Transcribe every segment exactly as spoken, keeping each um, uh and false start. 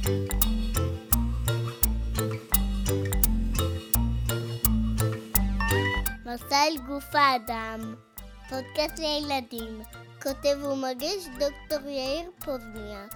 מסע אל גוף האדם, פודקאסט לילדים, כותב ומגיש דוקטור יאיר פוזניאק.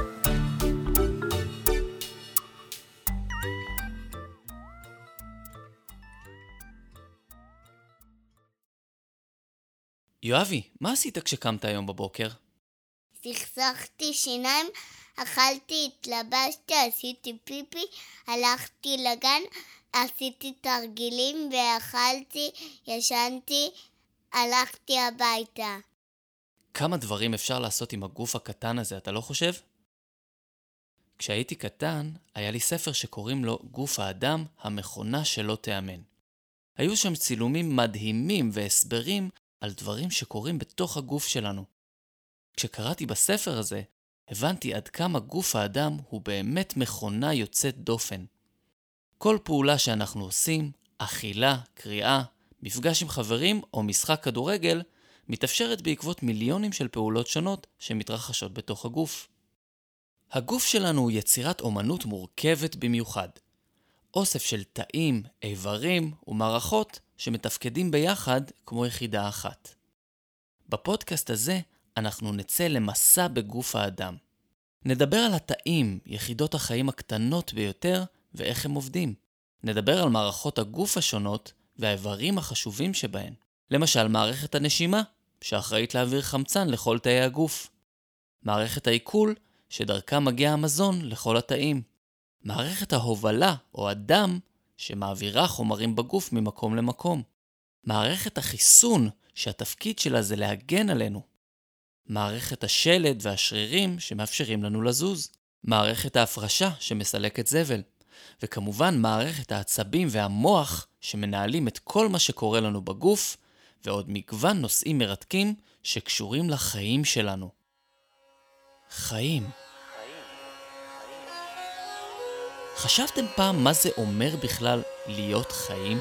יואבי, מה עשית כשקמת היום בבוקר? סכסכתי שיניים, אכלתי, התלבשתי, עשיתי פיפי, הלכתי לגן, עשיתי תרגילים ואכלתי, ישנתי, הלכתי הביתה. כמה דברים אפשר לעשות עם הגוף הקטן הזה, אתה לא חושב? כשהייתי קטן, היה לי ספר שקוראים לו גוף האדם, המכונה שלא תאמן. היו שם צילומים מדהימים והסברים על דברים שקורים בתוך הגוף שלנו. כשקראתי בספר הזה, הבנתי עד כמה גוף האדם הוא באמת מכונה יוצאת דופן. כל פעולה שאנחנו עושים, אכילה, קריאה, מפגש עם חברים או משחק כדורגל, מתאפשרת בעקבות מיליונים של פעולות שונות שמתרחשות בתוך הגוף. הגוף שלנו הוא יצירת אומנות מורכבת במיוחד. אוסף של תאים, איברים ומערכות שמתפקדים ביחד כמו יחידה אחת. בפודקאסט הזה אנחנו נצא למסע בגוף האדם. נדבר על התאים, יחידות החיים הקטנות ביותר ואיך הם עובדים. נדבר על מערכות הגוף השונות והאיברים החשובים שבהן. למשל מערכת הנשימה, שאחראית להעביר חמצן לכל תאי הגוף. מערכת העיכול, שדרכה מגיע המזון לכל התאים. מערכת ההובלה או הדם, שמעבירה חומרים בגוף ממקום למקום. מערכת החיסון, שהתפקיד שלה זה להגן עלינו. מערכת השלד והשרירים שמאפשרים לנו לזוז. מערכת ההפרשה שמסלקת זבל. וכמובן מערכת העצבים והמוח שמנהלים את כל מה שקורה לנו בגוף, ועוד מגוון נושאים מרתקים שקשורים לחיים שלנו. חיים. חשבתם פעם מה זה אומר בכלל להיות חיים?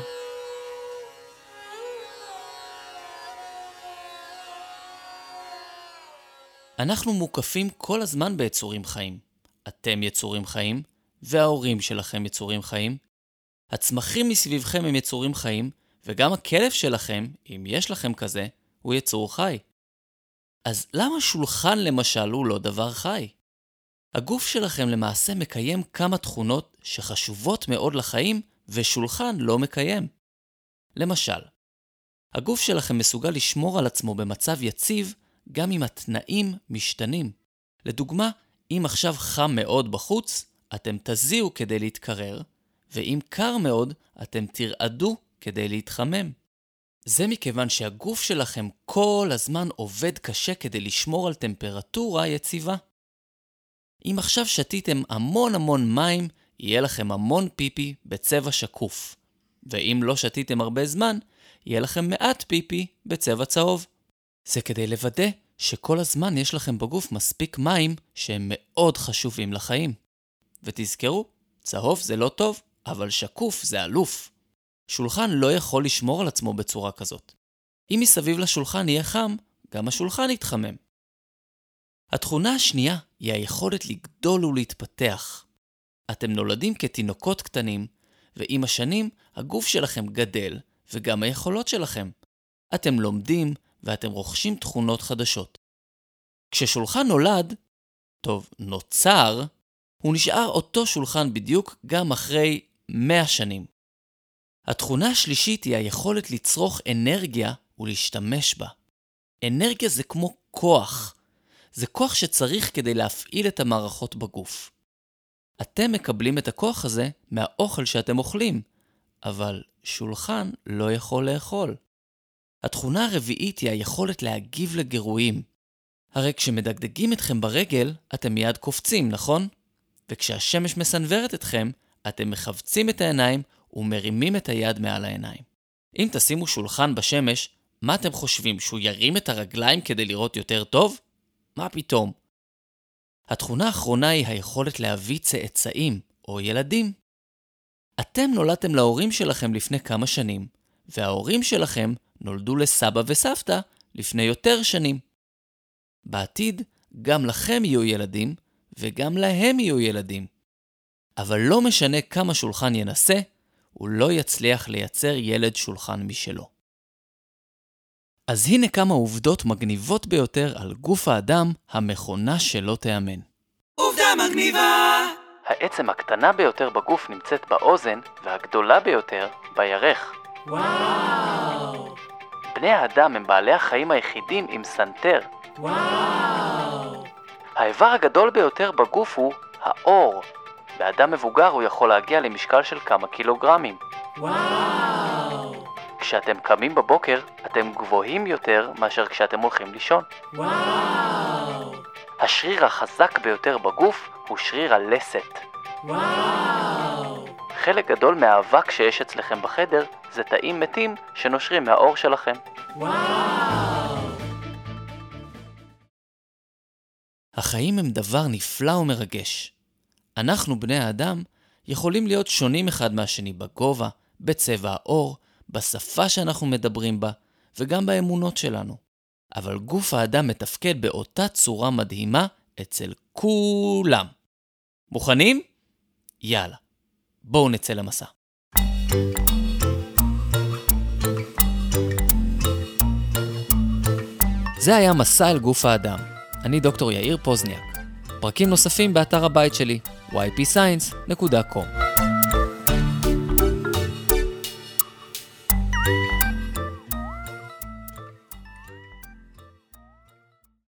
אנחנו מוקפים כל הזמן ביצורים חיים. אתם יצורים חיים, וההורים שלכם יצורים חיים. הצמחים מסביבכם הם יצורים חיים, וגם הכלב שלכם, אם יש לכם כזה, הוא יצור חי. אז למה שולחן למשל הוא לא דבר חי? הגוף שלכם למעשה מקיים כמה תכונות שחשובות מאוד לחיים, ושולחן לא מקיים. למשל, הגוף שלכם מסוגל לשמור על עצמו במצב יציב, גם אם התנאים משתנים. לדוגמה, אם עכשיו חם מאוד בחוץ, אתם תזיעו כדי להתקרר, ואם קר מאוד, אתם תרעדו כדי להתחמם. זה מכיוון שהגוף שלכם כל הזמן עובד קשה כדי לשמור על טמפרטורה יציבה. אם עכשיו שתיתם המון המון מים, יהיה לכם המון פיפי בצבע שקוף. ואם לא שתיתם הרבה זמן, יהיה לכם מעט פיפי בצבע צהוב. זה כדי לוודא שכל הזמן יש לכם בגוף מספיק מים שהם מאוד חשובים לחיים. ותזכרו, צהוב זה לא טוב, אבל שקוף זה אלוף. שולחן לא יכול לשמור על עצמו בצורה כזאת. אם מסביב לשולחן יהיה חם, גם השולחן יתחמם. התכונה השנייה היא היכולת לגדול ולהתפתח. אתם נולדים כתינוקות קטנים, ועם השנים הגוף שלכם גדל, וגם היכולות שלכם. אתם לומדים ואתם רוכשים תכונות חדשות. כששולחן נולד, טוב, נוצר, הוא נשאר אותו שולחן בדיוק גם אחרי מאה שנים. התכונה השלישית היא היכולת לצרוך אנרגיה ולהשתמש בה. אנרגיה זה כמו כוח. זה כוח שצריך כדי להפעיל את המערכות בגוף. אתם מקבלים את הכוח הזה מהאוכל שאתם אוכלים, אבל שולחן לא יכול לאכול. התכונה הרביעית היא היכולת להגיב לגירויים. הרי כשמדגדגים אתכם ברגל, אתם מיד קופצים, נכון? וכשהשמש מסנוורת אתכם, אתם מחבצים את העיניים ומרימים את היד מעל העיניים. אם תשימו שולחן בשמש, מה אתם חושבים, שהוא ירים את הרגליים כדי לראות יותר טוב? מה פתאום? התכונה האחרונה היא היכולת להביא צאצאים או ילדים. אתם נולדתם להורים שלכם לפני כמה שנים, וההורים שלכם נולדו לסבא וסבתא לפני יותר שנים. בעתיד גם לכם יהיו ילדים וגם להם יהיו ילדים, אבל לא משנה כמה שולחן ינסה, הוא לא יצליח לייצר ילד שולחן משלו. אז הנה כמה עובדות מגניבות ביותר על גוף האדם, המכונה שלא תאמן. עובדה מגניבה! העצם הקטנה ביותר בגוף נמצאת באוזן, והגדולה ביותר בירך. וואו! בני האדם הם בעלי החיים היחידים עם סנטר. וואו! האיבר הגדול ביותר בגוף הוא האור. באדם מבוגר הוא יכול להגיע למשקל של כמה קילוגרמים. וואו! כשאתם קמים בבוקר, אתם גבוהים יותר מאשר כשאתם הולכים לישון. וואו! השריר החזק ביותר בגוף הוא שריר הלסת. וואו! חלק גדול מהאבק שיש אצלכם בחדר זה תאים מתים שנושרים מהאור שלכם. וואו! החיים הם דבר נפלא ומרגש. אנחנו, בני האדם, יכולים להיות שונים אחד מהשני בגובה, בצבע האור, בשפה שאנחנו מדברים בה, וגם באמונות שלנו. אבל גוף האדם מתפקד באותה צורה מדהימה אצל כולם. מוכנים? יאללה, בואו נצא למסע. זה היה מסע אל גוף האדם. אני דוקטור יאיר פוזניאק. פרקים נוספים באתר הבית שלי, וואי פי סיינס דוט קום.